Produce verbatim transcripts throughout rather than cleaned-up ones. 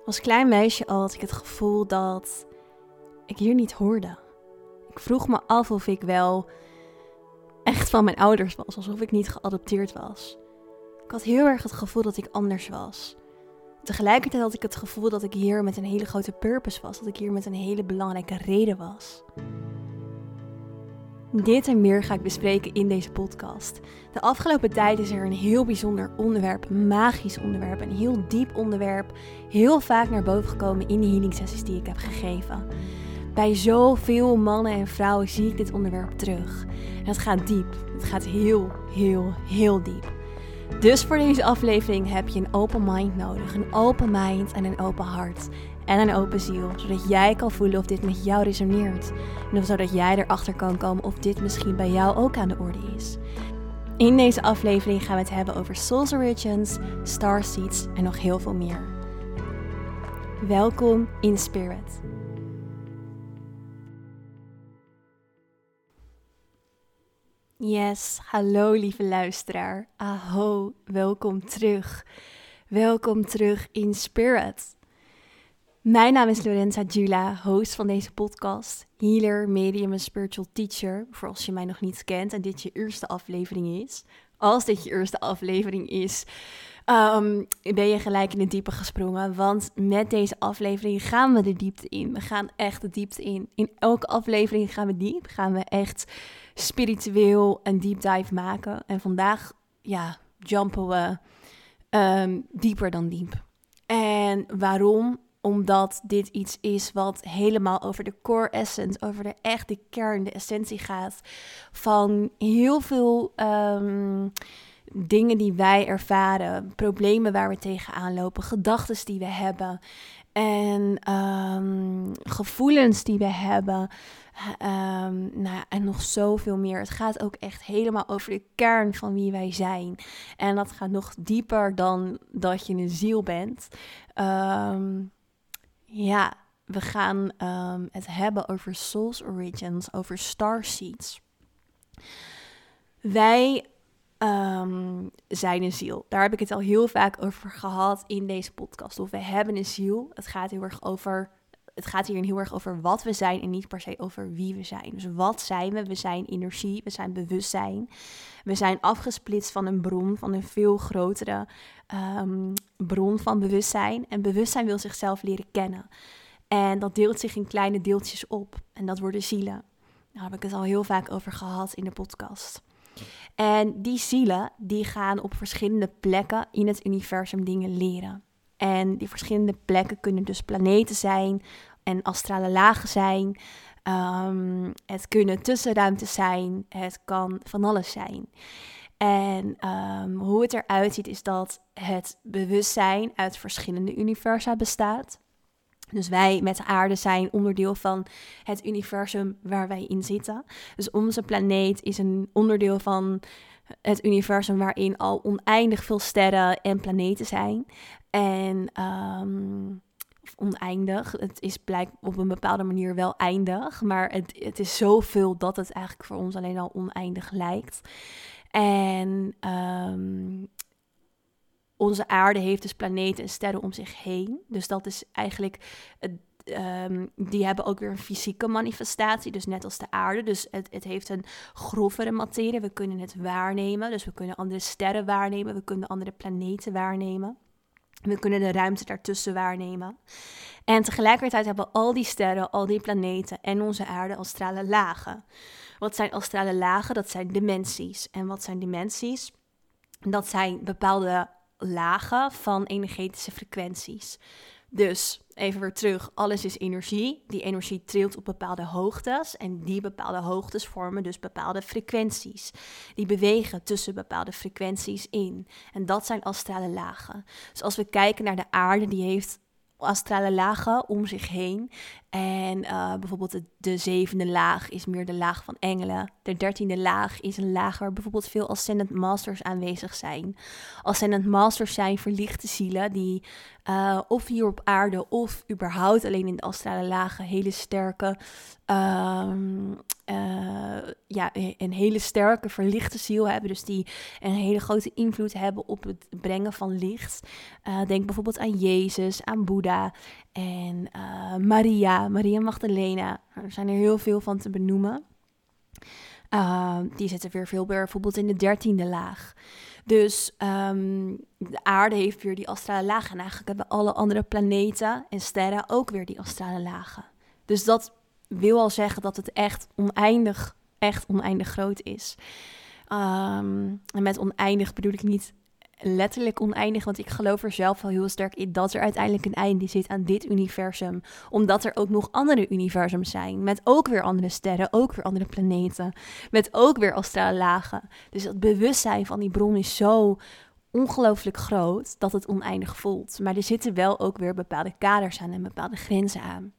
Als klein meisje al had ik het gevoel dat ik hier niet hoorde. Ik vroeg me af of ik wel echt van mijn ouders was, alsof ik niet geadopteerd was. Ik had heel erg het gevoel dat ik anders was. Tegelijkertijd had ik het gevoel dat ik hier met een hele grote purpose was, dat ik hier met een hele belangrijke reden was. Dit en meer ga ik bespreken in deze podcast. De afgelopen tijd is er een heel bijzonder onderwerp, een magisch onderwerp, een heel diep onderwerp, heel vaak naar boven gekomen in de healing sessies die ik heb gegeven. Bij zoveel mannen en vrouwen zie ik dit onderwerp terug. En het gaat diep. Het gaat heel, heel, heel diep. Dus voor deze aflevering heb je een open mind nodig. Een open mind en een open hart. En een open ziel. Zodat jij kan voelen of dit met jou resoneert. En zodat jij erachter kan komen of dit misschien bij jou ook aan de orde is. In deze aflevering gaan we het hebben over Soul's Origins, Starseeds en nog heel veel meer. Welkom in Spirit. Yes, hallo lieve luisteraar. Aho, welkom terug. Welkom terug in Spirit. Mijn naam is Lorenza Jula, host van deze podcast, healer, medium en spiritual teacher, voor als je mij nog niet kent en dit je eerste aflevering is. Als dit je eerste aflevering is, um, ben je gelijk in de diepe gesprongen, want met deze aflevering gaan we de diepte in. We gaan echt de diepte in. In elke aflevering gaan we diep, gaan we echt spiritueel een deep dive maken. En vandaag, ja, jumpen we um, dieper dan diep. En waarom? Omdat dit iets is wat helemaal over de core essence, over de echte kern, de essentie gaat van heel veel um, dingen die wij ervaren, problemen waar we tegenaan lopen, gedachten die we hebben en um, gevoelens die we hebben. Um, nou, en nog zoveel meer. Het gaat ook echt helemaal over de kern van wie wij zijn. En dat gaat nog dieper dan dat je een ziel bent. Um, ja, we gaan um, het hebben over Soul's Origins, over Starseeds. Wij um, zijn een ziel. Daar heb ik het al heel vaak over gehad in deze podcast. Of we hebben een ziel. Het gaat heel erg over... Het gaat hier heel erg over wat we zijn en niet per se over wie we zijn. Dus wat zijn we? We zijn energie, we zijn bewustzijn. We zijn afgesplitst van een bron, van een veel grotere um, bron van bewustzijn. En bewustzijn wil zichzelf leren kennen. En dat deelt zich in kleine deeltjes op. En dat worden zielen. Daar heb ik het al heel vaak over gehad in de podcast. En die zielen, die gaan op verschillende plekken in het universum dingen leren. En die verschillende plekken kunnen dus planeten zijn en astrale lagen zijn. Um, het kunnen tussenruimtes zijn. Het kan van alles zijn. En um, hoe het eruit ziet is dat het bewustzijn uit verschillende universa bestaat. Dus wij met de aarde zijn onderdeel van het universum waar wij in zitten. Dus onze planeet is een onderdeel van het universum waarin al oneindig veel sterren en planeten zijn. En um, oneindig, het is blijkbaar op een bepaalde manier wel eindig, maar het, het is zoveel dat het eigenlijk voor ons alleen al oneindig lijkt. En um, onze aarde heeft dus planeten en sterren om zich heen. Dus dat is eigenlijk, um, die hebben ook weer een fysieke manifestatie, dus net als de aarde. Dus het, het heeft een grovere materie, we kunnen het waarnemen. Dus we kunnen andere sterren waarnemen, we kunnen andere planeten waarnemen. We kunnen de ruimte daartussen waarnemen. En tegelijkertijd hebben al die sterren, al die planeten en onze aarde astrale lagen. Wat zijn astrale lagen? Dat zijn dimensies. En wat zijn dimensies? Dat zijn bepaalde lagen van energetische frequenties. Dus, even weer terug, alles is energie. Die energie trilt op bepaalde hoogtes en die bepaalde hoogtes vormen dus bepaalde frequenties. Die bewegen tussen bepaalde frequenties in. En dat zijn astrale lagen. Dus als we kijken naar de aarde, die heeft astrale lagen om zich heen. En uh, bijvoorbeeld de, de zevende laag is meer de laag van engelen. De dertiende laag is een laag waar bijvoorbeeld veel Ascendant Masters aanwezig zijn. Ascendant Masters zijn verlichte zielen die uh, of hier op aarde of überhaupt alleen in de astrale lagen hele sterke um, uh, ja, een hele sterke verlichte ziel hebben. Dus die een hele grote invloed hebben op het brengen van licht. Uh, denk bijvoorbeeld aan Jezus, aan Boeddha en uh, Maria, Maria Magdalena. Er zijn er heel veel van te benoemen. Uh, die zitten weer veel meer bijvoorbeeld in de dertiende laag. Dus um, de aarde heeft weer die astrale lagen. En eigenlijk hebben alle andere planeten en sterren ook weer die astrale lagen. Dus dat wil al zeggen dat het echt oneindig, echt oneindig groot is. Um, en met oneindig bedoel ik niet letterlijk oneindig, want ik geloof er zelf wel heel sterk in dat er uiteindelijk een einde zit aan dit universum. Omdat er ook nog andere universums zijn, met ook weer andere sterren, ook weer andere planeten, met ook weer astrale lagen. Dus het bewustzijn van die bron is zo ongelooflijk groot dat het oneindig voelt. Maar er zitten wel ook weer bepaalde kaders aan en bepaalde grenzen aan.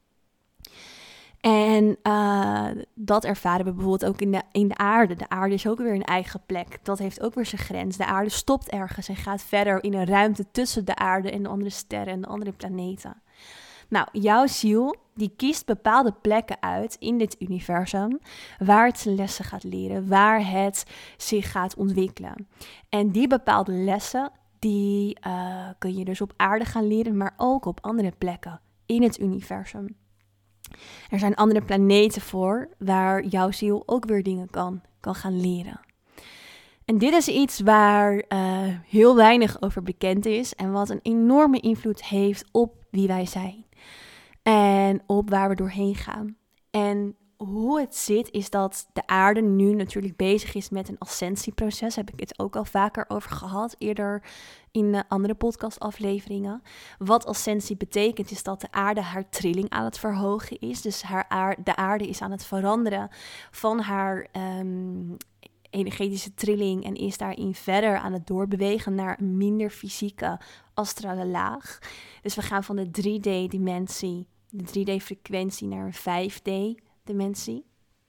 En uh, dat ervaren we bijvoorbeeld ook in de, in de aarde. De aarde is ook weer een eigen plek. Dat heeft ook weer zijn grens. De aarde stopt ergens en gaat verder in een ruimte tussen de aarde en de andere sterren en de andere planeten. Nou, jouw ziel die kiest bepaalde plekken uit in dit universum waar het zijn lessen gaat leren, waar het zich gaat ontwikkelen. En die bepaalde lessen, die uh, kun je dus op aarde gaan leren, maar ook op andere plekken in het universum. Er zijn andere planeten voor waar jouw ziel ook weer dingen kan, kan gaan leren. En dit is iets waar uh, heel weinig over bekend is en wat een enorme invloed heeft op wie wij zijn. En op waar we doorheen gaan. En hoe het zit is dat de aarde nu natuurlijk bezig is met een ascensieproces. Daar heb ik het ook al vaker over gehad, eerder in andere podcastafleveringen. Wat ascensie betekent is dat de aarde haar trilling aan het verhogen is. Dus haar aarde, de aarde is aan het veranderen van haar um, energetische trilling en is daarin verder aan het doorbewegen naar een minder fysieke astrale laag. Dus we gaan van de drie D-dimensie, de drie D-frequentie naar een vijf D-dimensie.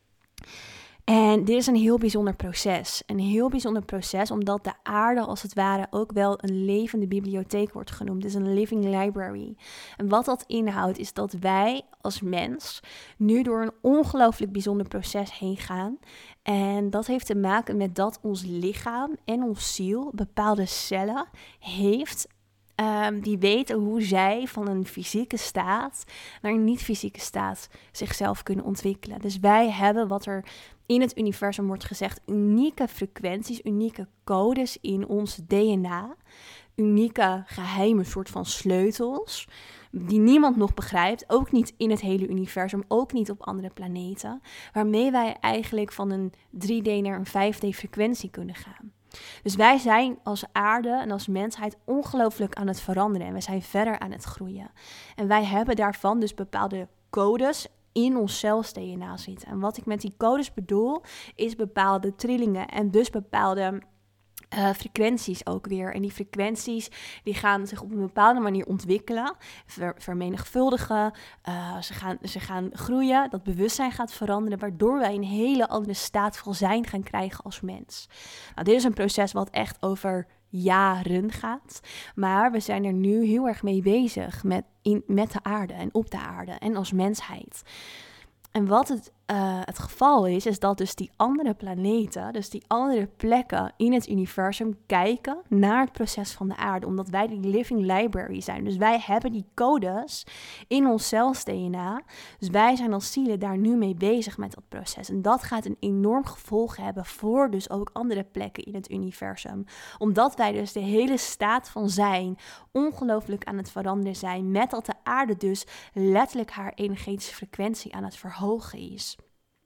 En dit is een heel bijzonder proces. Een heel bijzonder proces omdat de aarde als het ware ook wel een levende bibliotheek wordt genoemd. Dus een living library. En wat dat inhoudt is dat wij als mens nu door een ongelooflijk bijzonder proces heen gaan. En dat heeft te maken met dat ons lichaam en ons ziel bepaalde cellen heeft. Um, die weten hoe zij van een fysieke staat naar een niet-fysieke staat zichzelf kunnen ontwikkelen. Dus wij hebben wat er in het universum wordt gezegd, unieke frequenties, unieke codes in ons D N A. Unieke geheime soort van sleutels die niemand nog begrijpt, ook niet in het hele universum, ook niet op andere planeten, waarmee wij eigenlijk van een drie D naar een vijf D frequentie kunnen gaan. Dus wij zijn als aarde en als mensheid ongelooflijk aan het veranderen en we zijn verder aan het groeien. En wij hebben daarvan dus bepaalde codes in ons cels D N A zitten. En wat ik met die codes bedoel, is bepaalde trillingen en dus bepaalde Uh, frequenties ook weer. En die frequenties die gaan zich op een bepaalde manier ontwikkelen, ver, vermenigvuldigen, uh, ze, gaan, ze gaan groeien, dat bewustzijn gaat veranderen, waardoor wij een hele andere staat van zijn gaan krijgen als mens. Nou, dit is een proces wat echt over jaren gaat, maar we zijn er nu heel erg mee bezig met, in, met de aarde en op de aarde en als mensheid. En wat het, uh, het geval is, is dat dus die andere planeten, dus die andere plekken in het universum kijken naar het proces van de aarde. Omdat wij die living library zijn. Dus wij hebben die codes in ons cels D N A. Dus wij zijn als zielen daar nu mee bezig met dat proces. En dat gaat een enorm gevolg hebben voor dus ook andere plekken in het universum. Omdat wij dus de hele staat van zijn ongelooflijk aan het veranderen zijn. Met dat de aarde dus letterlijk haar energetische frequentie aan het verhogen is.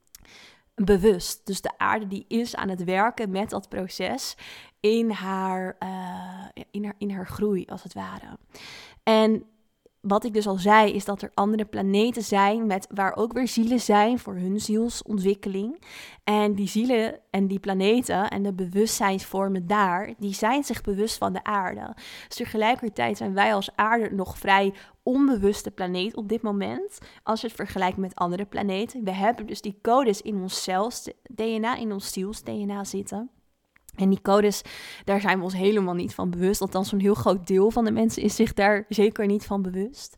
Bewust. Dus de aarde die is aan het werken met dat proces in haar, uh, in haar, in haar groei, als het ware. En wat ik dus al zei, is dat er andere planeten zijn met, waar ook weer zielen zijn voor hun zielsontwikkeling. En die zielen en die planeten en de bewustzijnsvormen daar, die zijn zich bewust van de aarde. Dus tegelijkertijd zijn wij als aarde nog vrij onbewuste planeet op dit moment, als je het vergelijkt met andere planeten. We hebben dus die codes in ons cels D N A, in ons ziels D N A zitten. En die codes, daar zijn we ons helemaal niet van bewust. Althans, een heel groot deel van de mensen is zich daar zeker niet van bewust.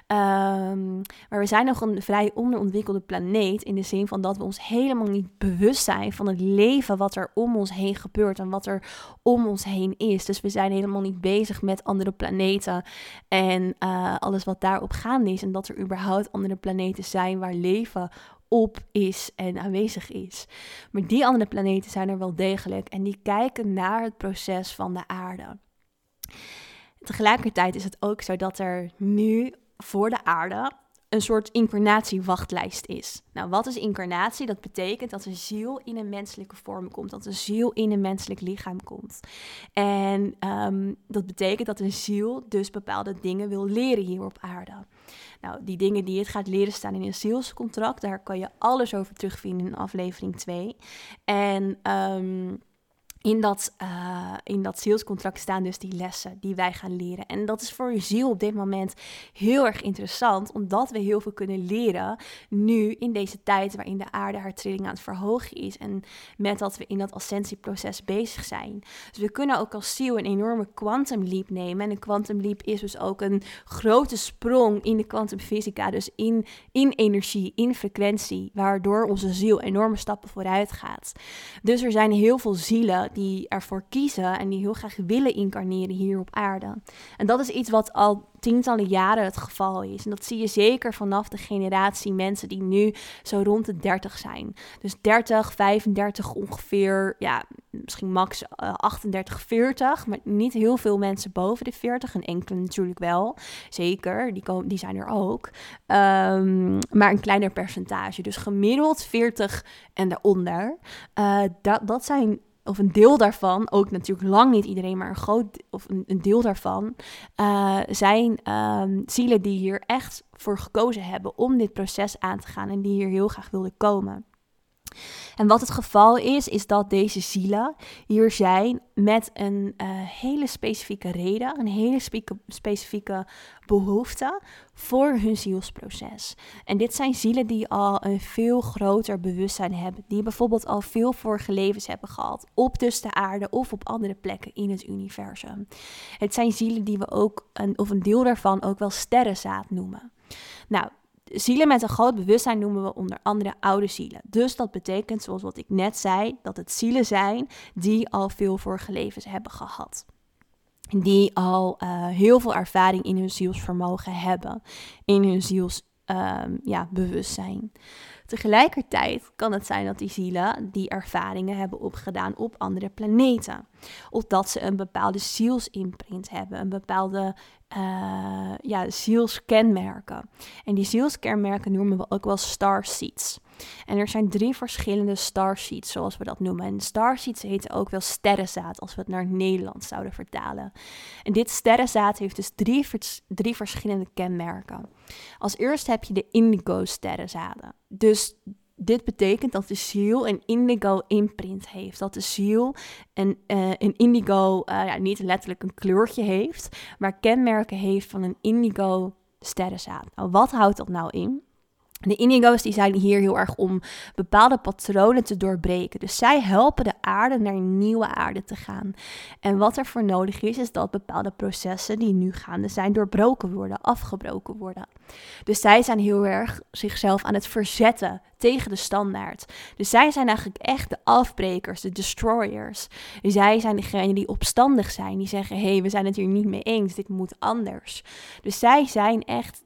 Um, maar we zijn nog een vrij onderontwikkelde planeet in de zin van dat we ons helemaal niet bewust zijn van het leven wat er om ons heen gebeurt en wat er om ons heen is. Dus we zijn helemaal niet bezig met andere planeten en uh, alles wat daarop gaande is. En dat er überhaupt andere planeten zijn waar leven op is en aanwezig is. Maar die andere planeten zijn er wel degelijk en die kijken naar het proces van de aarde. Tegelijkertijd is het ook zo dat er nu voor de aarde een soort incarnatiewachtlijst is. Nou, wat is incarnatie? Dat betekent dat een ziel in een menselijke vorm komt. Dat een ziel in een menselijk lichaam komt. En um, dat betekent dat een ziel dus bepaalde dingen wil leren hier op aarde. Nou, die dingen die het gaat leren staan in een zielscontract. Daar kan je alles over terugvinden in aflevering twee. En Um, In dat, uh, in dat zielscontract staan dus die lessen die wij gaan leren. En dat is voor je ziel op dit moment heel erg interessant, omdat we heel veel kunnen leren nu in deze tijd waarin de aarde haar trilling aan het verhogen is en met dat we in dat ascensieproces bezig zijn. Dus we kunnen ook als ziel een enorme quantum leap nemen. En een quantum leap is dus ook een grote sprong in de kwantumfysica, dus in, in energie, in frequentie, waardoor onze ziel enorme stappen vooruit gaat. Dus er zijn heel veel zielen die ervoor kiezen en die heel graag willen incarneren hier op aarde. En dat is iets wat al tientallen jaren het geval is. En dat zie je zeker vanaf de generatie mensen die nu zo rond de dertig zijn. Dus dertig, vijfendertig ongeveer, ja, misschien max uh, achtendertig, veertig, maar niet heel veel mensen boven de veertig. En enkele natuurlijk wel, zeker, die, komen, die zijn er ook. Um, maar een kleiner percentage. Dus gemiddeld veertig en daaronder. Uh, dat, dat zijn... Of een deel daarvan, ook natuurlijk lang niet iedereen, maar een groot of een, een deel daarvan, uh, zijn um, zielen die hier echt voor gekozen hebben om dit proces aan te gaan en die hier heel graag wilden komen. En wat het geval is, is dat deze zielen hier zijn met een uh, hele specifieke reden, een hele spe- specifieke behoefte voor hun zielsproces. En dit zijn zielen die al een veel groter bewustzijn hebben, die bijvoorbeeld al veel vorige levens hebben gehad, op dus de aarde of op andere plekken in het universum. Het zijn zielen die we ook, een, of een deel daarvan, ook wel sterrenzaad noemen. Nou, zielen met een groot bewustzijn noemen we onder andere oude zielen. Dus dat betekent, zoals wat ik net zei, dat het zielen zijn die al veel vorige levens hebben gehad. Die al uh, heel veel ervaring in hun zielsvermogen hebben, in hun ziels uh, ja, bewustzijn. Tegelijkertijd kan het zijn dat die zielen die ervaringen hebben opgedaan op andere planeten. Of dat ze een bepaalde zielsimprint hebben, een bepaalde uh, ja, zielskenmerken. En die zielskenmerken noemen we ook wel starseeds. En er zijn drie verschillende starseeds, zoals we dat noemen. En starseeds heten ook wel sterrenzaad, als we het naar Nederlands zouden vertalen. En dit sterrenzaad heeft dus drie, vers- drie verschillende kenmerken. Als eerste heb je de indigo-sterrenzaden. Dus dit betekent dat de ziel een indigo-imprint heeft. Dat de ziel een, uh, een indigo, uh, ja, niet letterlijk een kleurtje heeft, maar kenmerken heeft van een indigo-sterrenzaad. Nou, wat houdt dat nou in? De indigo's die zijn hier heel erg om bepaalde patronen te doorbreken. Dus zij helpen de aarde naar een nieuwe aarde te gaan. En wat er voor nodig is, is dat bepaalde processen die nu gaande zijn doorbroken worden, afgebroken worden. Dus zij zijn heel erg zichzelf aan het verzetten tegen de standaard. Dus zij zijn eigenlijk echt de afbrekers, de destroyers. Zij zijn degenen die opstandig zijn, die zeggen, hé, hey, we zijn het hier niet mee eens, dit moet anders. Dus zij zijn echt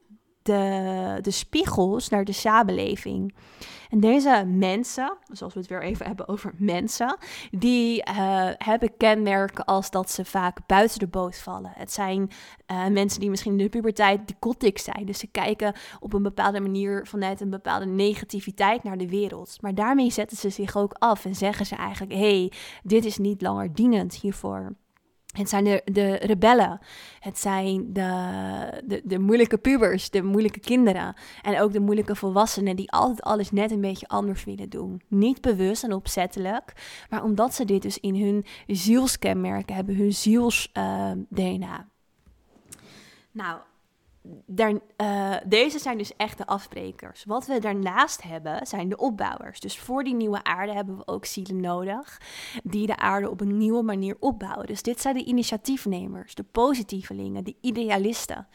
De, de spiegels naar de samenleving. En deze mensen, zoals we het weer even hebben over mensen, die uh, hebben kenmerken als dat ze vaak buiten de boot vallen. Het zijn uh, mensen die misschien in de puberteit dichotiek zijn. Dus ze kijken op een bepaalde manier vanuit een bepaalde negativiteit naar de wereld. Maar daarmee zetten ze zich ook af en zeggen ze eigenlijk, hé, hey, dit is niet langer dienend hiervoor. Het zijn de, de rebellen, het zijn de, de, de moeilijke pubers, de moeilijke kinderen en ook de moeilijke volwassenen die altijd alles net een beetje anders willen doen. Niet bewust en opzettelijk, maar omdat ze dit dus in hun zielskenmerken hebben, hun ziels uh, D N A. Nou, daar, uh, deze zijn dus echt de afbrekers. Wat we daarnaast hebben, zijn de opbouwers. Dus voor die nieuwe aarde hebben we ook zielen nodig die de aarde op een nieuwe manier opbouwen. Dus dit zijn de initiatiefnemers, de positievelingen, de idealisten.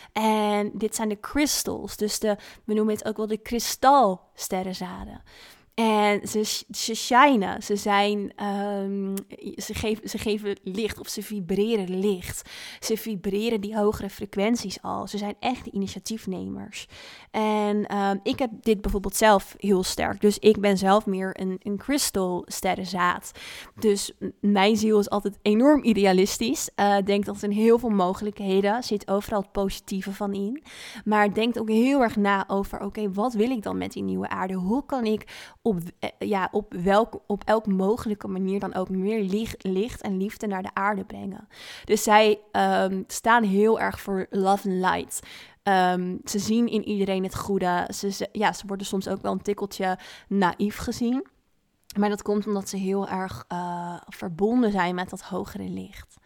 En dit zijn de crystals, dus de, we noemen het ook wel de kristalsterrenzaden. En ze, ze shinen, ze, zijn, um, ze, geven, ze geven licht of ze vibreren licht. Ze vibreren die hogere frequenties al. Ze zijn echt de initiatiefnemers. En um, ik heb dit bijvoorbeeld zelf heel sterk. Dus ik ben zelf meer een, een kristalsterrenzaad. Dus mijn ziel is altijd enorm idealistisch. Uh, denkt altijd in heel veel mogelijkheden. Zit overal het positieve van in. Maar denkt ook heel erg na over, oké, okay, wat wil ik dan met die nieuwe aarde? Hoe kan ik op, ja, op, welk, op elk mogelijke manier dan ook meer licht, licht en liefde naar de aarde brengen? Dus zij um, staan heel erg voor love and light. Um, ze zien in iedereen het goede. Ze, ze, ja, ze worden soms ook wel een tikkeltje naïef gezien. Maar dat komt omdat ze heel erg uh, verbonden zijn met dat hogere licht.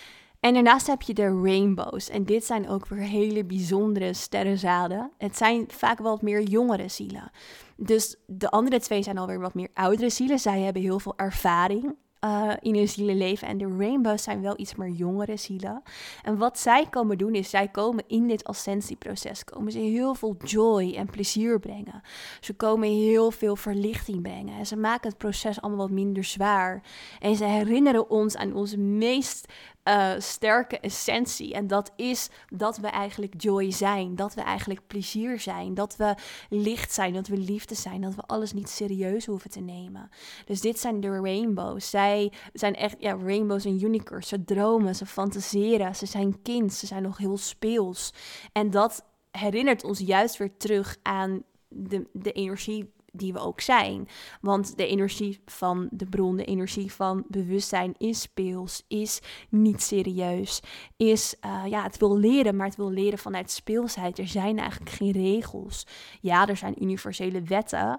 En daarnaast heb je de rainbows. En dit zijn ook weer hele bijzondere sterrenzaden. Het zijn vaak wel wat meer jongere zielen. Dus de andere twee zijn alweer wat meer oudere zielen. Zij hebben heel veel ervaring uh, in hun zielenleven. En de rainbows zijn wel iets meer jongere zielen. En wat zij komen doen is, zij komen in dit ascensieproces, komen ze heel veel joy en plezier brengen. Ze komen heel veel verlichting brengen. En ze maken het proces allemaal wat minder zwaar. En ze herinneren ons aan onze meest Uh, sterke essentie. En dat is dat we eigenlijk joy zijn. Dat we eigenlijk plezier zijn. Dat we licht zijn. Dat we liefde zijn. Dat we alles niet serieus hoeven te nemen. Dus dit zijn de rainbows. Zij zijn echt, ja, rainbows en unicorns. Ze dromen, ze fantaseren. Ze zijn kind. Ze zijn nog heel speels. En dat herinnert ons juist weer terug aan de, de energie die we ook zijn. Want de energie van de bron, de energie van bewustzijn is speels, is niet serieus, is, uh, ja, het wil leren, maar het wil leren vanuit speelsheid. Er zijn eigenlijk geen regels. Ja, er zijn universele wetten,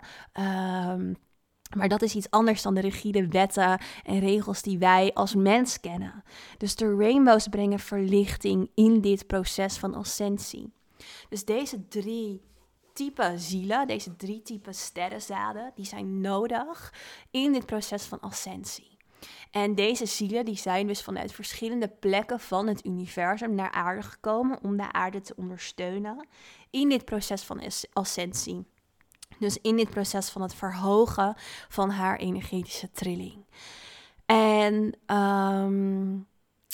um, maar dat is iets anders dan de rigide wetten en regels die wij als mens kennen. Dus de rainbows brengen verlichting in dit proces van ascensie. Dus deze drie type zielen, deze drie typen sterrenzaden, die zijn nodig in dit proces van ascensie. En deze zielen die zijn dus vanuit verschillende plekken van het universum naar aarde gekomen om de aarde te ondersteunen in dit proces van ascensie. Dus in dit proces van het verhogen van haar energetische trilling. En um,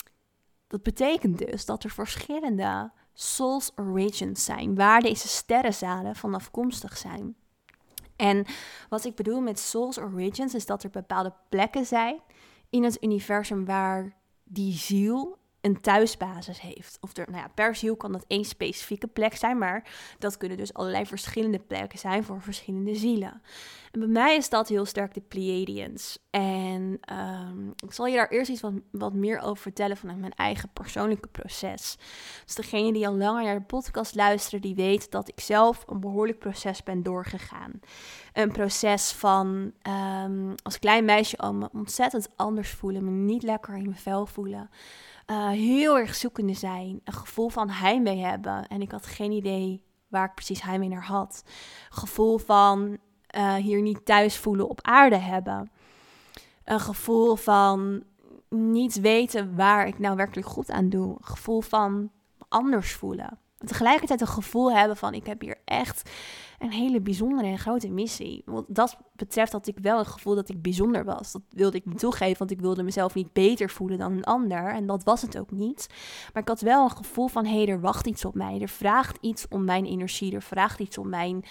dat betekent dus dat er verschillende Soul's Origins zijn, waar deze sterrenzaden van afkomstig zijn. En wat ik bedoel met Soul's Origins is dat er bepaalde plekken zijn in het universum waar die ziel een thuisbasis heeft. Of er, nou ja, per ziel kan dat één specifieke plek zijn, maar dat kunnen dus allerlei verschillende plekken zijn voor verschillende zielen. En bij mij is dat heel sterk de Pleiadians. En um, ik zal je daar eerst iets wat, wat meer over vertellen vanuit mijn eigen persoonlijke proces. Dus degene die al langer naar de podcast luisteren, die weet dat ik zelf een behoorlijk proces ben doorgegaan. Een proces van um, als klein meisje al me ontzettend anders voelen, me niet lekker in mijn vel voelen. Uh, heel erg zoekende zijn, een gevoel van heimwee hebben. En ik had geen idee waar ik precies heimwee naar had. Gevoel van uh, hier niet thuis voelen op aarde hebben. Een gevoel van niet weten waar ik nou werkelijk goed aan doe. Een gevoel van anders voelen. En tegelijkertijd een gevoel hebben van ik heb hier echt een hele bijzondere en grote missie. Want dat betreft had ik wel een gevoel dat ik bijzonder was. Dat wilde ik niet toegeven, want ik wilde mezelf niet beter voelen dan een ander. En dat was het ook niet. Maar ik had wel een gevoel van, hé, hey, er wacht iets op mij. Er vraagt iets om mijn energie. Er vraagt iets om mijn,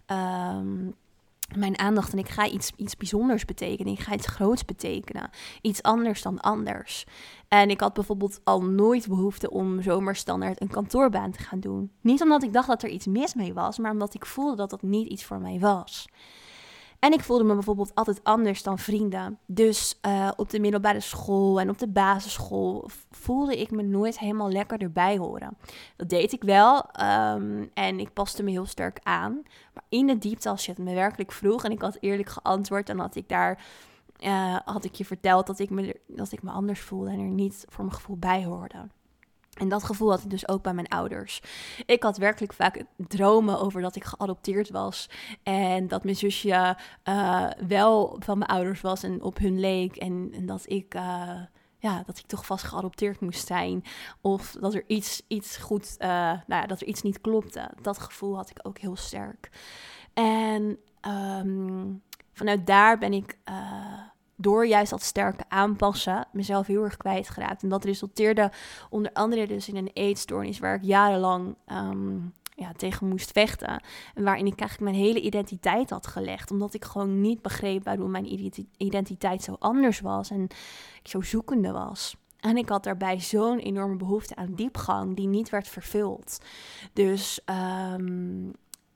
um, mijn aandacht. En ik ga iets, iets bijzonders betekenen. Ik ga iets groots betekenen. Iets anders dan anders. En ik had bijvoorbeeld al nooit behoefte om zomaar standaard een kantoorbaan te gaan doen. Niet omdat ik dacht dat er iets mis mee was, maar omdat ik voelde dat dat niet iets voor mij was. En ik voelde me bijvoorbeeld altijd anders dan vrienden. Dus uh, op de middelbare school en op de basisschool voelde ik me nooit helemaal lekker erbij horen. Dat deed ik wel um, en ik paste me heel sterk aan. Maar in de diepte, als je het me werkelijk vroeg en ik had eerlijk geantwoord, dan had ik daar... Uh, had ik je verteld dat ik, me, dat ik me anders voelde en er niet voor mijn gevoel bij hoorde. En dat gevoel had ik dus ook bij mijn ouders. Ik had werkelijk vaak dromen over dat ik geadopteerd was. En dat mijn zusje uh, wel van mijn ouders was en op hun leek. En, en dat ik... Uh, Ja, dat ik toch vast geadopteerd moest zijn. Of dat er iets, iets goed, uh, nou ja, dat er iets niet klopte. Dat gevoel had ik ook heel sterk. En um, vanuit daar ben ik uh, door juist dat sterke aanpassen mezelf heel erg kwijtgeraakt. En dat resulteerde onder andere dus in een eetstoornis waar ik jarenlang um, ja, tegen moest vechten. En waarin ik eigenlijk mijn hele identiteit had gelegd. Omdat ik gewoon niet begreep waarom mijn identiteit zo anders was. En ik zo zoekende was. En ik had daarbij zo'n enorme behoefte aan diepgang die niet werd vervuld. Dus um,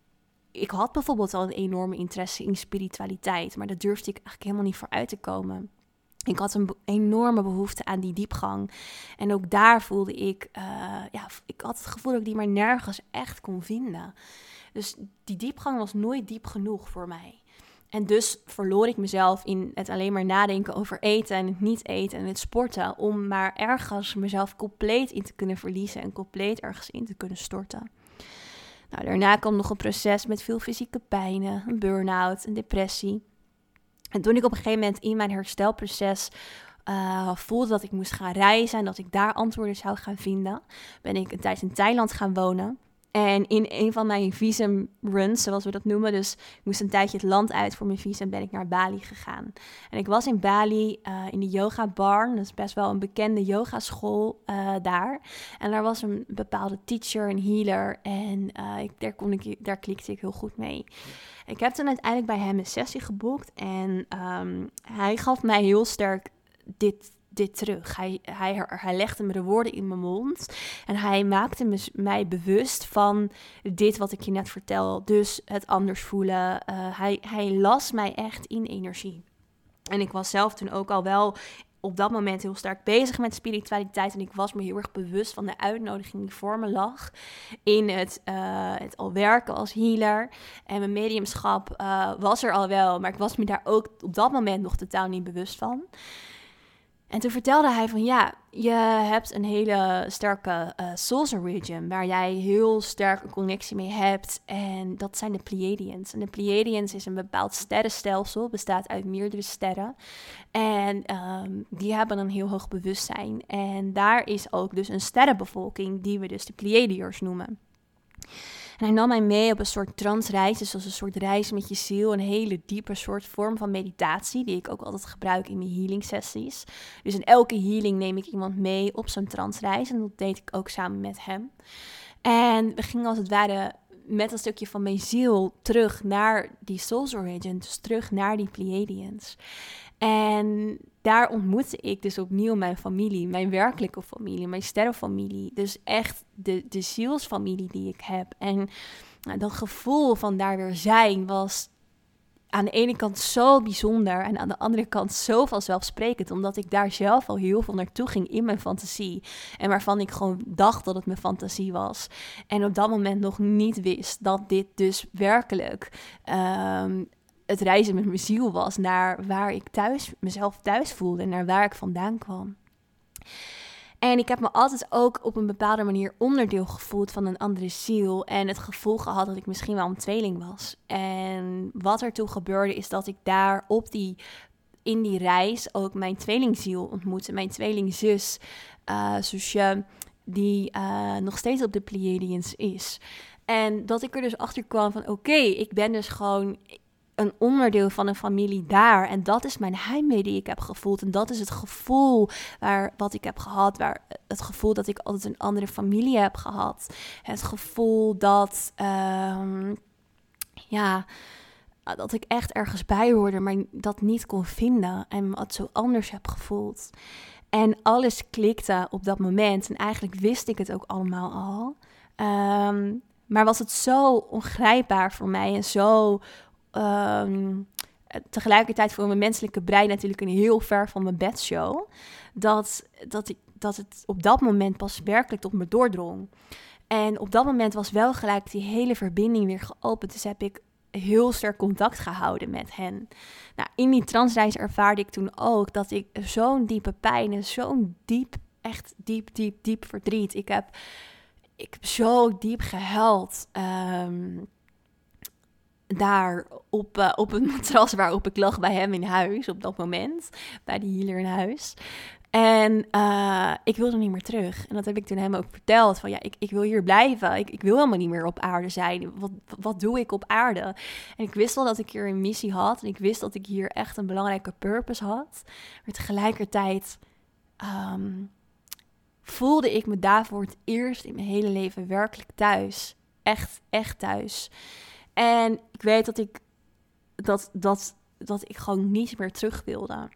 ik had bijvoorbeeld al een enorme interesse in spiritualiteit. Maar daar durfde ik eigenlijk helemaal niet voor uit te komen. Ik had een enorme behoefte aan die diepgang. En ook daar voelde ik, uh, ja, ik had het gevoel dat ik die maar nergens echt kon vinden. Dus die diepgang was nooit diep genoeg voor mij. En dus verloor ik mezelf in het alleen maar nadenken over eten en het niet eten en het sporten. Om maar ergens mezelf compleet in te kunnen verliezen en compleet ergens in te kunnen storten. Nou, daarna kwam nog een proces met veel fysieke pijnen, een burn-out, een depressie. En toen ik op een gegeven moment in mijn herstelproces uh, voelde dat ik moest gaan reizen en dat ik daar antwoorden zou gaan vinden, ben ik een tijd in Thailand gaan wonen. En in een van mijn visumruns, zoals we dat noemen, dus ik moest een tijdje het land uit voor mijn visum, ben ik naar Bali gegaan. En ik was in Bali uh, in de yoga barn, dat is best wel een bekende yogaschool uh, daar. En daar was een bepaalde teacher, een healer en uh, ik, daar, kon ik, daar klikte ik heel goed mee. Ik heb toen uiteindelijk bij hem een sessie geboekt en um, hij gaf mij heel sterk dit dit terug. Hij, hij, hij legde me de woorden in mijn mond en hij maakte me, mij bewust van dit wat ik je net vertel. Dus het anders voelen. Uh, hij, hij las mij echt in energie. En ik was zelf toen ook al wel op dat moment heel sterk bezig met spiritualiteit. En ik was me heel erg bewust van de uitnodiging die voor me lag. In het, uh, het al werken als healer. En mijn mediumschap uh, was er al wel. Maar ik was me daar ook op dat moment nog totaal niet bewust van. En toen vertelde hij van ja, je hebt een hele sterke uh, Soul's Origin, waar jij heel sterk een connectie mee hebt. En dat zijn de Pleiadians. En de Pleiadians is een bepaald sterrenstelsel, bestaat uit meerdere sterren. En um, die hebben een heel hoog bewustzijn. En daar is ook dus een sterrenbevolking, die we dus de Pleiadiërs noemen. En hij nam mij mee op een soort transreis, dus als een soort reis met je ziel, een hele diepe soort vorm van meditatie, die ik ook altijd gebruik in mijn healing sessies. Dus in elke healing neem ik iemand mee op zo'n transreis en dat deed ik ook samen met hem. En we gingen als het ware met een stukje van mijn ziel terug naar die Soul's Origin, dus terug naar die Pleiadians. En daar ontmoette ik dus opnieuw mijn familie, mijn werkelijke familie, mijn sterrenfamilie. Dus echt de, de zielsfamilie die ik heb. En nou, dat gevoel van daar weer zijn was aan de ene kant zo bijzonder en aan de andere kant zo vanzelfsprekend, omdat ik daar zelf al heel veel naartoe ging in mijn fantasie. En waarvan ik gewoon dacht dat het mijn fantasie was. En op dat moment nog niet wist dat dit dus werkelijk Um, het reizen met mijn ziel was naar waar ik thuis, mezelf thuis voelde en naar waar ik vandaan kwam. En ik heb me altijd ook op een bepaalde manier onderdeel gevoeld van een andere ziel en het gevoel gehad dat ik misschien wel een tweeling was. En wat er toen gebeurde is dat ik daar op die, in die reis ook mijn tweelingziel ontmoette, mijn tweelingzus, uh, Susje, die uh, nog steeds op de Pleiadians is. En dat ik er dus achter kwam van oké, okay, ik ben dus gewoon een onderdeel van een familie daar. En dat is mijn heimwee die ik heb gevoeld. En dat is het gevoel waar, wat ik heb gehad. Waar, het gevoel dat ik altijd een andere familie heb gehad. Het gevoel dat, um, ja, dat ik echt ergens bij hoorde, maar dat niet kon vinden. En het zo anders heb gevoeld. En alles klikte op dat moment. En eigenlijk wist ik het ook allemaal al. Um, maar was het zo ongrijpbaar voor mij en zo Um, tegelijkertijd voor mijn menselijke brein natuurlijk een heel ver van mijn bedshow, dat, dat, ik, dat het op dat moment pas werkelijk tot me doordrong. En op dat moment was wel gelijk die hele verbinding weer geopend, dus heb ik heel sterk contact gehouden met hen. Nou, in die transreis ervaarde ik toen ook dat ik zo'n diepe pijn en zo'n diep echt diep, diep, diep verdriet. Ik heb, ik heb zo diep gehuild. Um, daar op, uh, op het matras waarop ik lag bij hem in huis op dat moment. Bij die healer in huis. En uh, ik wilde niet meer terug. En dat heb ik toen hem ook verteld. Van ja, ik, ik wil hier blijven. Ik, ik wil helemaal niet meer op aarde zijn. Wat, wat doe ik op aarde? En ik wist wel dat ik hier een missie had. En ik wist dat ik hier echt een belangrijke purpose had. Maar tegelijkertijd um, voelde ik me daar voor het eerst in mijn hele leven werkelijk thuis. Echt, echt thuis. En ik weet dat ik, dat, dat, dat ik gewoon niet meer terug wilde.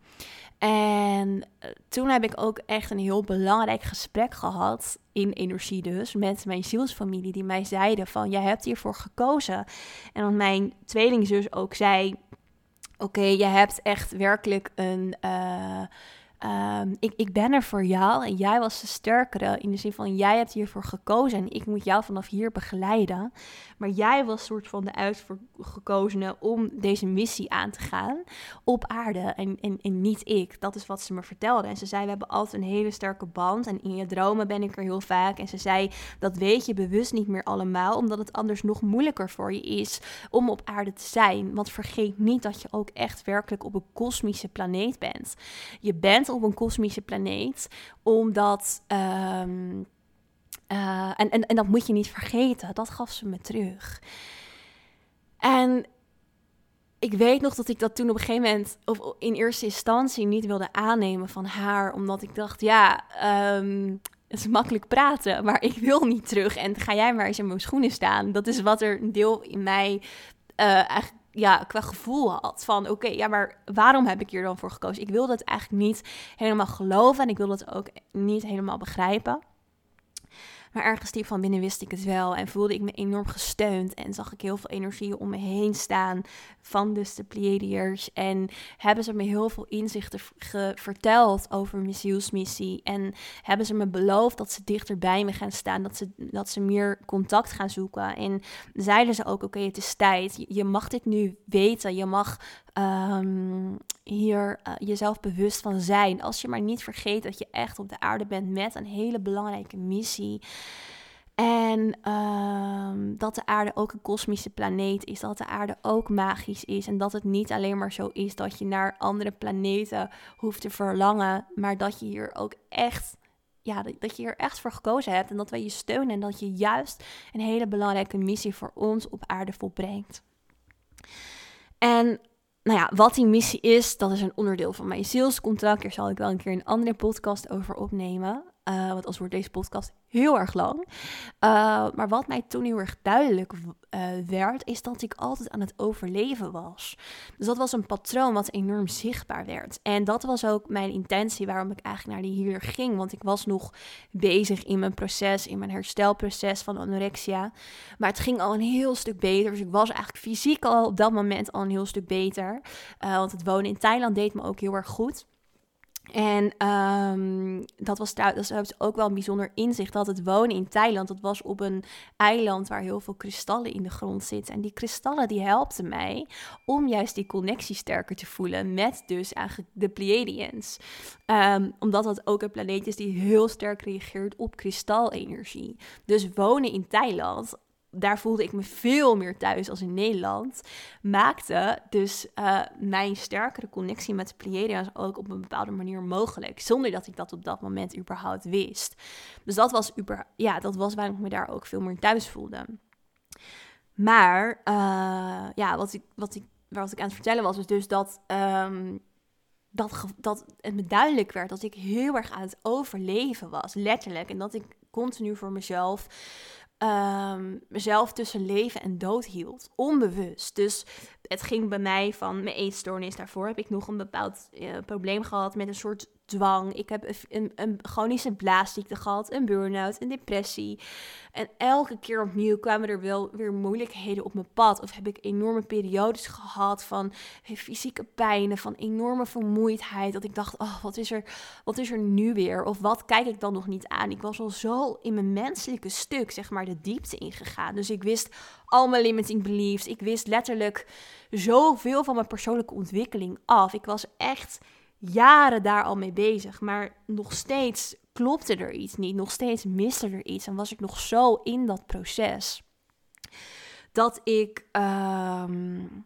En toen heb ik ook echt een heel belangrijk gesprek gehad, in energie dus, met mijn zielsfamilie, die mij zeiden van, jij hebt hiervoor gekozen. En dan mijn tweelingzus ook zei, oké, okay, je hebt echt werkelijk een... Uh, Um, ik, ik ben er voor jou en jij was de sterkere in de zin van jij hebt hiervoor gekozen en ik moet jou vanaf hier begeleiden. Maar jij was soort van de uitgekozene om deze missie aan te gaan op aarde en, en, en niet ik. Dat is wat ze me vertelde. En ze zei, we hebben altijd een hele sterke band en in je dromen ben ik er heel vaak. En ze zei, dat weet je bewust niet meer allemaal, omdat het anders nog moeilijker voor je is om op aarde te zijn. Want vergeet niet dat je ook echt werkelijk op een kosmische planeet bent. Je bent op een kosmische planeet, omdat... Um, uh, en, en, en dat moet je niet vergeten. Dat gaf ze me terug. En ik weet nog dat ik dat toen op een gegeven moment, of in eerste instantie, niet wilde aannemen van haar, omdat ik dacht, ja, um, het is makkelijk praten, maar ik wil niet terug. En ga jij maar eens in mijn schoenen staan. Dat is wat er een deel in mij uh, eigenlijk ja, qua gevoel had van, oké, okay, ja, maar waarom heb ik hier dan voor gekozen? Ik wilde het eigenlijk niet helemaal geloven en ik wilde het ook niet helemaal begrijpen. Maar ergens diep van binnen wist ik het wel en voelde ik me enorm gesteund en zag ik heel veel energie om me heen staan van dus de Pleiadiërs. En hebben ze me heel veel inzichten ge- verteld over mijn zielsmissie en hebben ze me beloofd dat ze dichter bij me gaan staan, dat ze, dat ze meer contact gaan zoeken. En zeiden ze ook, oké, okay, het is tijd, je, je mag dit nu weten, je mag um, hier uh, jezelf bewust van zijn. Als je maar niet vergeet dat je echt op de aarde bent met een hele belangrijke missie. En um, dat de aarde ook een kosmische planeet is. Dat de aarde ook magisch is. En dat het niet alleen maar zo is dat je naar andere planeten hoeft te verlangen. Maar dat je hier ook echt, ja, dat je hier echt voor gekozen hebt. En dat wij je steunen. En dat je juist een hele belangrijke missie voor ons op aarde volbrengt. En nou ja, wat die missie is, dat is een onderdeel van mijn zielscontract. Daar zal ik wel een keer een andere podcast over opnemen. Uh, want anders wordt deze podcast heel erg lang. Uh, maar wat mij toen heel erg duidelijk uh, werd, is dat ik altijd aan het overleven was. Dus dat was een patroon wat enorm zichtbaar werd. En dat was ook mijn intentie waarom ik eigenlijk naar die healer ging. Want ik was nog bezig in mijn proces, in mijn herstelproces van anorexia. Maar het ging al een heel stuk beter. Dus ik was eigenlijk fysiek al op dat moment al een heel stuk beter. Uh, want het wonen in Thailand deed me ook heel erg goed. En um, dat was trouwens dat was ook wel een bijzonder inzicht, dat het wonen in Thailand, dat was op een eiland waar heel veel kristallen in de grond zitten. En die kristallen die helpten mij om juist die connectie sterker te voelen met dus eigenlijk de Pleiadians. Um, omdat dat ook een planeet is die heel sterk reageert op kristalenergie. Dus wonen in Thailand, daar voelde ik me veel meer thuis als in Nederland. Maakte dus uh, mijn sterkere connectie met de Pleiadians ook op een bepaalde manier mogelijk. Zonder dat ik dat op dat moment überhaupt wist. Dus dat was, uber, ja, dat was waarom ik me daar ook veel meer thuis voelde. Maar uh, ja, wat ik, wat, ik, wat ik aan het vertellen was, is dus dat, um, dat, dat het me duidelijk werd dat ik heel erg aan het overleven was. Letterlijk. En dat ik continu voor mezelf... Um, mezelf tussen leven en dood hield, onbewust. Dus het ging bij mij van mijn eetstoornis. Daarvoor heb ik nog een bepaald uh, probleem gehad met een soort dwang. Ik heb een, een, een chronische blaasziekte gehad, een burn-out, een depressie. En elke keer opnieuw kwamen er wel weer moeilijkheden op mijn pad. Of heb ik enorme periodes gehad van fysieke pijnen, van enorme vermoeidheid. Dat ik dacht, oh, wat is er, wat is er nu weer? Of wat kijk ik dan nog niet aan? Ik was al zo in mijn menselijke stuk, zeg maar, de diepte ingegaan. Dus ik wist al mijn limiting beliefs. Ik wist letterlijk zoveel van mijn persoonlijke ontwikkeling af. Ik was echt jaren daar al mee bezig, maar nog steeds klopte er iets niet. Nog steeds miste er iets en was ik nog zo in dat proces. Dat ik, um,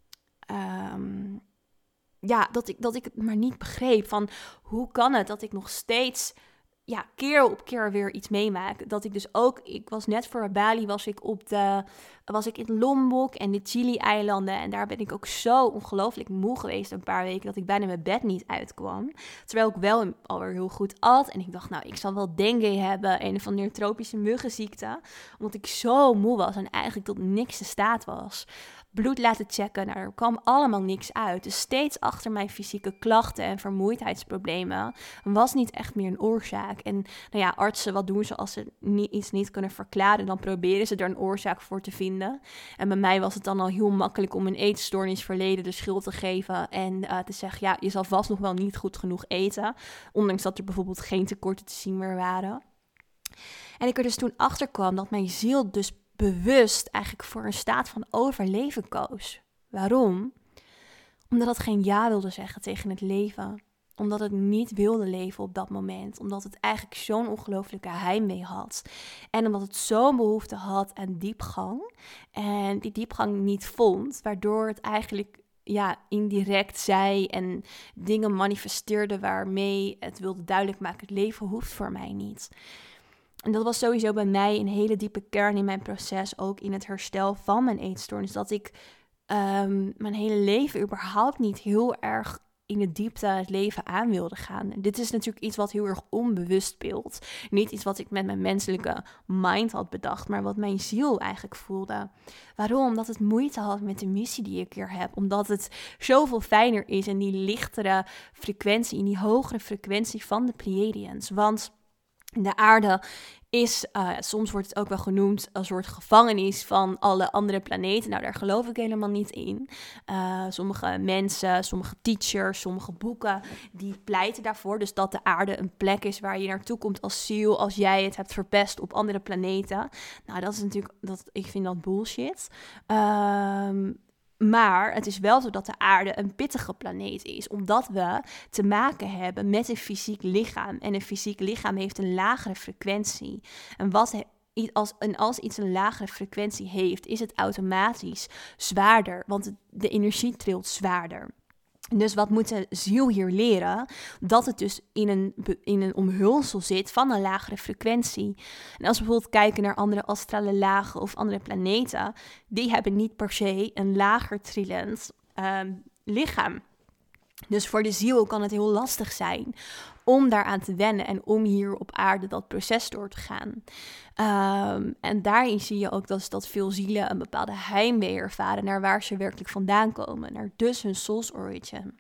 um, ja, dat ik, dat ik het maar niet begreep van hoe kan het dat ik nog steeds, ja, keer op keer weer iets meemaak. Dat ik dus ook, ik was net voor Bali, was ik op de, was ik in Lombok en de Chili-eilanden. En daar ben ik ook zo ongelooflijk moe geweest een paar weken, dat ik bijna mijn bed niet uitkwam. Terwijl ik wel alweer heel goed at. En ik dacht, nou, ik zal wel dengue hebben, een of andere tropische muggenziekte. Omdat ik zo moe was en eigenlijk tot niks in staat was. Bloed laten checken, nou, er kwam allemaal niks uit. Dus steeds achter mijn fysieke klachten en vermoeidheidsproblemen was niet echt meer een oorzaak. En nou ja, artsen, wat doen ze als ze niet, iets niet kunnen verklaren? Dan proberen ze er een oorzaak voor te vinden. En bij mij was het dan al heel makkelijk om een eetstoornisverleden de schuld te geven. En uh, te zeggen, ja, je zal vast nog wel niet goed genoeg eten. Ondanks dat er bijvoorbeeld geen tekorten te zien meer waren. En ik er dus toen achter kwam dat mijn ziel dus bewust eigenlijk voor een staat van overleven koos. Waarom? Omdat het geen ja wilde zeggen tegen het leven. Omdat het niet wilde leven op dat moment. Omdat het eigenlijk zo'n ongelooflijke heimwee had. En omdat het zo'n behoefte had aan diepgang. En die diepgang niet vond. Waardoor het eigenlijk ja, indirect zei en dingen manifesteerde waarmee het wilde duidelijk maken. Het leven hoeft voor mij niet. En dat was sowieso bij mij een hele diepe kern in mijn proces, ook in het herstel van mijn eetstoornis. Dat ik um, mijn hele leven überhaupt niet heel erg in de diepte het leven aan wilde gaan. En dit is natuurlijk iets wat heel erg onbewust speelt. Niet iets wat ik met mijn menselijke mind had bedacht, maar wat mijn ziel eigenlijk voelde. Waarom? Omdat het moeite had met de missie die ik hier heb. Omdat het zoveel fijner is in die lichtere frequentie, in die hogere frequentie van de Pleiadians. Want de aarde is, uh, soms wordt het ook wel genoemd, een soort gevangenis van alle andere planeten. Nou, daar geloof ik helemaal niet in. Uh, sommige mensen, sommige teachers, sommige boeken, die pleiten daarvoor. Dus dat de aarde een plek is waar je naartoe komt als ziel, als jij het hebt verpest op andere planeten. Nou, dat is natuurlijk, dat, ik vind dat bullshit. Um, Maar het is wel zo dat de aarde een pittige planeet is, omdat we te maken hebben met een fysiek lichaam. En een fysiek lichaam heeft een lagere frequentie. En, wat he- als, en als iets een lagere frequentie heeft, is het automatisch zwaarder, want het, de energie trilt zwaarder. Dus wat moet de ziel hier leren? Dat het dus in een, in een omhulsel zit van een lagere frequentie. En als we bijvoorbeeld kijken naar andere astrale lagen of andere planeten, die hebben niet per se een lager trillend um, lichaam. Dus voor de ziel kan het heel lastig zijn om daaraan te wennen en om hier op aarde dat proces door te gaan. Um, en daarin zie je ook dat, dat veel zielen een bepaalde heimwee ervaren naar waar ze werkelijk vandaan komen, naar dus hun soul's origin.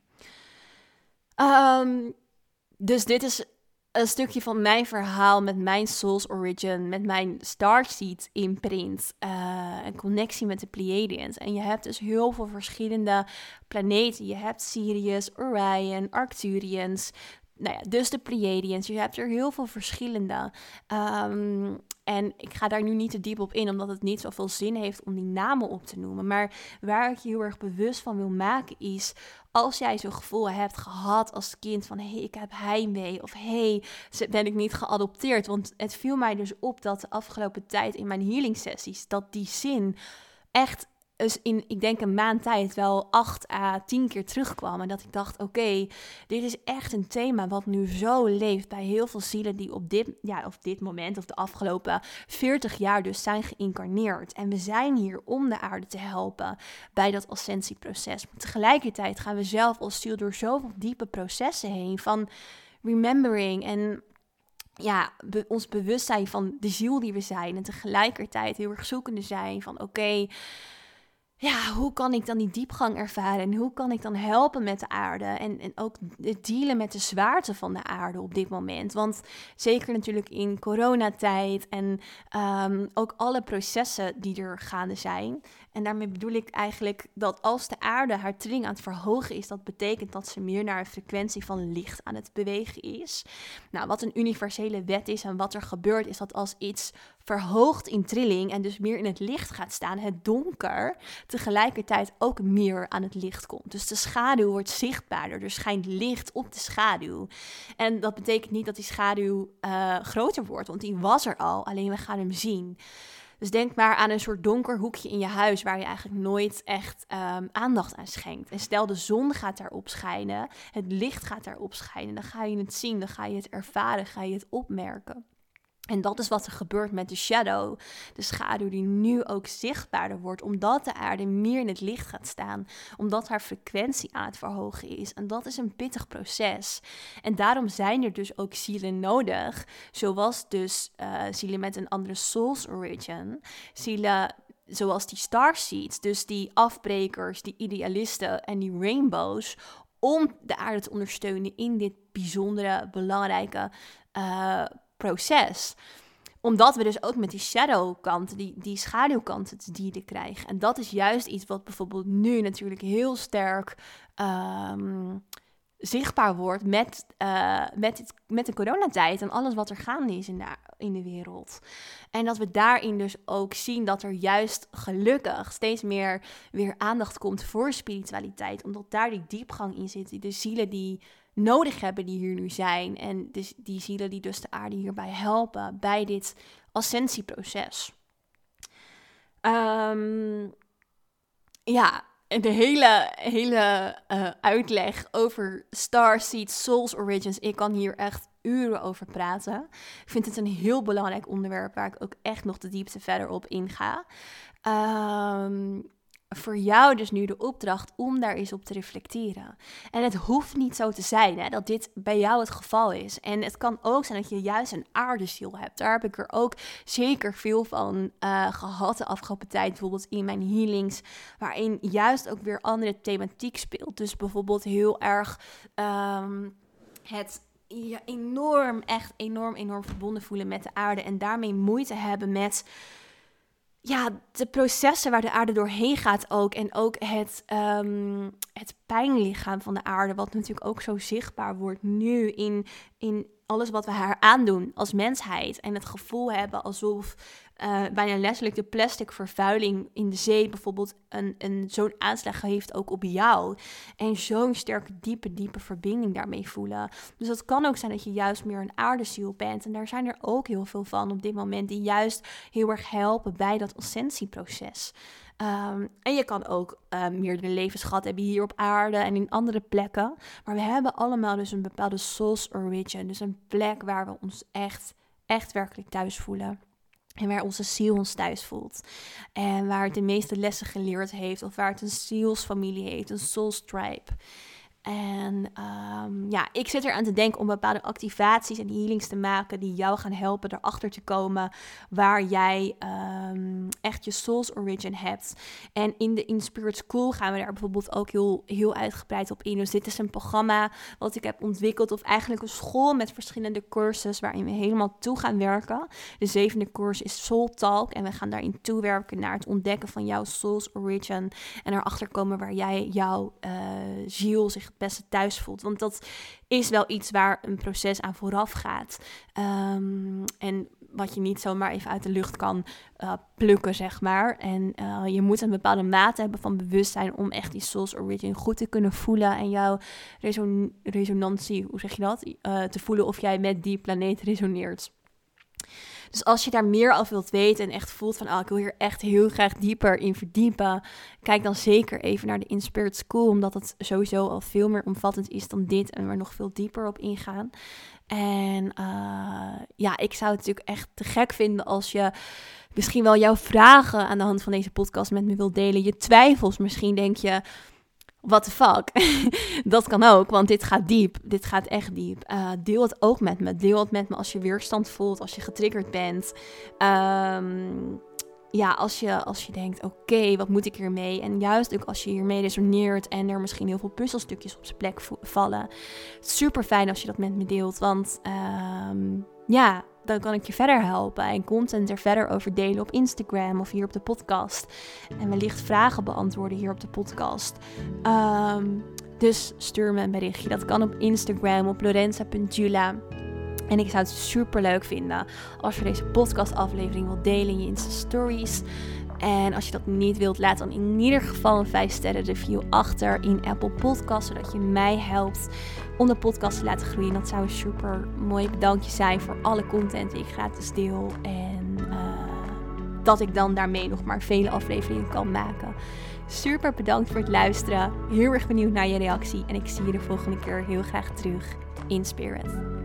Um, dus dit is een stukje van mijn verhaal met mijn soul's origin, met mijn starseed imprint, uh, een connectie met de Pleiadians. En je hebt dus heel veel verschillende planeten. Je hebt Sirius, Orion, Arcturians, nou ja, dus de Pleiadians. Je hebt er heel veel verschillende. Um, en ik ga daar nu niet te diep op in, omdat het niet zoveel zin heeft om die namen op te noemen. Maar waar ik je heel erg bewust van wil maken is, als jij zo'n gevoel hebt gehad als kind van, hé, hey, ik heb heimwee, of hé, hey, ben ik niet geadopteerd. Want het viel mij dus op dat de afgelopen tijd in mijn healing sessies, dat die zin echt dus in, ik denk een maand tijd wel acht à tien keer terugkwam. En dat ik dacht, oké, okay, dit is echt een thema wat nu zo leeft bij heel veel zielen die op dit, ja, op dit moment of de afgelopen veertig jaar dus zijn geïncarneerd. En we zijn hier om de aarde te helpen bij dat ascensieproces. Maar tegelijkertijd gaan we zelf als ziel door zoveel diepe processen heen van remembering en ja, be- ons bewustzijn van de ziel die we zijn. En tegelijkertijd heel erg zoekende zijn van oké, okay, ja, hoe kan ik dan die diepgang ervaren en hoe kan ik dan helpen met de aarde en, en ook het dealen met de zwaarte van de aarde op dit moment. Want zeker natuurlijk in coronatijd en um, ook alle processen die er gaande zijn. En daarmee bedoel ik eigenlijk dat als de aarde haar trilling aan het verhogen is, dat betekent dat ze meer naar een frequentie van licht aan het bewegen is. Nou, wat een universele wet is en wat er gebeurt is dat als iets verhoogt in trilling en dus meer in het licht gaat staan, het donker tegelijkertijd ook meer aan het licht komt. Dus de schaduw wordt zichtbaarder, er schijnt licht op de schaduw. En dat betekent niet dat die schaduw uh, groter wordt, want die was er al, alleen we gaan hem zien. Dus denk maar aan een soort donker hoekje in je huis waar je eigenlijk nooit echt um, aandacht aan schenkt. En stel de zon gaat daarop schijnen, het licht gaat daarop schijnen, dan ga je het zien, dan ga je het ervaren, ga je het opmerken. En dat is wat er gebeurt met de shadow, de schaduw die nu ook zichtbaarder wordt, omdat de aarde meer in het licht gaat staan, omdat haar frequentie aan het verhogen is. En dat is een pittig proces. En daarom zijn er dus ook zielen nodig, zoals dus uh, zielen met een andere soul's origin, zielen zoals die starseeds, dus die afbrekers, die idealisten en die rainbows, om de aarde te ondersteunen in dit bijzondere, belangrijke uh, proces. Omdat we dus ook met die shadowkanten, die, die schaduwkanten te dealen krijgen. En dat is juist iets wat bijvoorbeeld nu natuurlijk heel sterk um, zichtbaar wordt met, uh, met, het, met de coronatijd en alles wat er gaande is in de, in de wereld. En dat we daarin dus ook zien dat er juist gelukkig steeds meer weer aandacht komt voor spiritualiteit. Omdat daar die diepgang in zit. De zielen die nodig hebben die hier nu zijn. En dus die zielen die dus de aarde hierbij helpen bij dit ascensieproces. Um, ja, en de hele, hele uh, uitleg over Starseeds, Soul's Origins. Ik kan hier echt uren over praten. Ik vind het een heel belangrijk onderwerp waar ik ook echt nog de diepte verder op inga. Um, voor jou dus nu de opdracht om daar eens op te reflecteren. En het hoeft niet zo te zijn hè, dat dit bij jou het geval is. En het kan ook zijn dat je juist een aardeziel hebt. Daar heb ik er ook zeker veel van uh, gehad de afgelopen tijd. Bijvoorbeeld in mijn healings, waarin juist ook weer andere thematiek speelt. Dus bijvoorbeeld heel erg um, het je enorm, echt enorm, enorm verbonden voelen met de aarde. En daarmee moeite hebben met ja, de processen waar de aarde doorheen gaat ook. En ook het, um, het pijnlichaam van de aarde, wat natuurlijk ook zo zichtbaar wordt nu in, in alles wat we haar aandoen als mensheid. En het gevoel hebben alsof uh, bijna letterlijk de plastic vervuiling in de zee bijvoorbeeld een, een, zo'n aanslag heeft ook op jou. En zo'n sterke, diepe, diepe verbinding daarmee voelen. Dus het kan ook zijn dat je juist meer een aardeziel bent. En daar zijn er ook heel veel van op dit moment die juist heel erg helpen bij dat ascensieproces. Um, en je kan ook uh, meerdere levens gehad hebben hier op aarde en in andere plekken. Maar we hebben allemaal dus een bepaalde soul's origin. Dus een plek waar we ons echt, echt werkelijk thuis voelen. En waar onze ziel ons thuis voelt. En waar het de meeste lessen geleerd heeft. Of waar het een zielsfamilie heeft, een soul's tribe. En um, ja, ik zit er aan te denken om bepaalde activaties en healings te maken die jou gaan helpen erachter te komen waar jij um, echt je soul's origin hebt. En in de In Spirit School gaan we daar bijvoorbeeld ook heel, heel uitgebreid op in. Dus dit is een programma wat ik heb ontwikkeld, of eigenlijk een school met verschillende cursussen waarin we helemaal toe gaan werken. De zevende cursus is Soul Talk en we gaan daarin toewerken naar het ontdekken van jouw soul's origin en erachter komen waar jij jouw uh, ziel zich het beste thuis voelt. Want dat is wel iets waar een proces aan vooraf gaat. Um, en wat je niet zomaar even uit de lucht kan uh, plukken, zeg maar. En uh, je moet een bepaalde mate hebben van bewustzijn om echt die soul's origin goed te kunnen voelen en jouw reson- resonantie, hoe zeg je dat? Uh, te voelen of jij met die planeet resoneert. Dus als je daar meer over wilt weten en echt voelt van, oh, ik wil hier echt heel graag dieper in verdiepen, kijk dan zeker even naar de In Spirit School, omdat het sowieso al veel meer omvattend is dan dit en we er nog veel dieper op ingaan. En uh, ja, ik zou het natuurlijk echt te gek vinden als je misschien wel jouw vragen aan de hand van deze podcast met me wilt delen. Je twijfels, misschien denk je, what the fuck? Dat kan ook, want dit gaat diep. Dit gaat echt diep. Uh, deel het ook met me. Deel het met me als je weerstand voelt, als je getriggerd bent. Um, ja, als je, als je denkt, oké, okay, wat moet ik hiermee? En juist ook als je hiermee resoneert en er misschien heel veel puzzelstukjes op zijn plek vo- vallen. Super fijn als je dat met me deelt, want um, ja, dan kan ik je verder helpen en content er verder over delen op Instagram of hier op de podcast. En wellicht vragen beantwoorden hier op de podcast. Um, dus stuur me een berichtje. Dat kan op Instagram op lorenza punt jula. En ik zou het super leuk vinden als je deze podcastaflevering wilt delen in je Insta Stories. En als je dat niet wilt, laat dan in ieder geval een vijf sterren review achter in Apple Podcasts. Zodat je mij helpt om de podcast te laten groeien. Dat zou een super mooi bedankje zijn voor alle content die ik gratis deel. En uh, dat ik dan daarmee nog maar vele afleveringen kan maken. Super bedankt voor het luisteren. Heel erg benieuwd naar je reactie. En ik zie je de volgende keer heel graag terug in Spirit.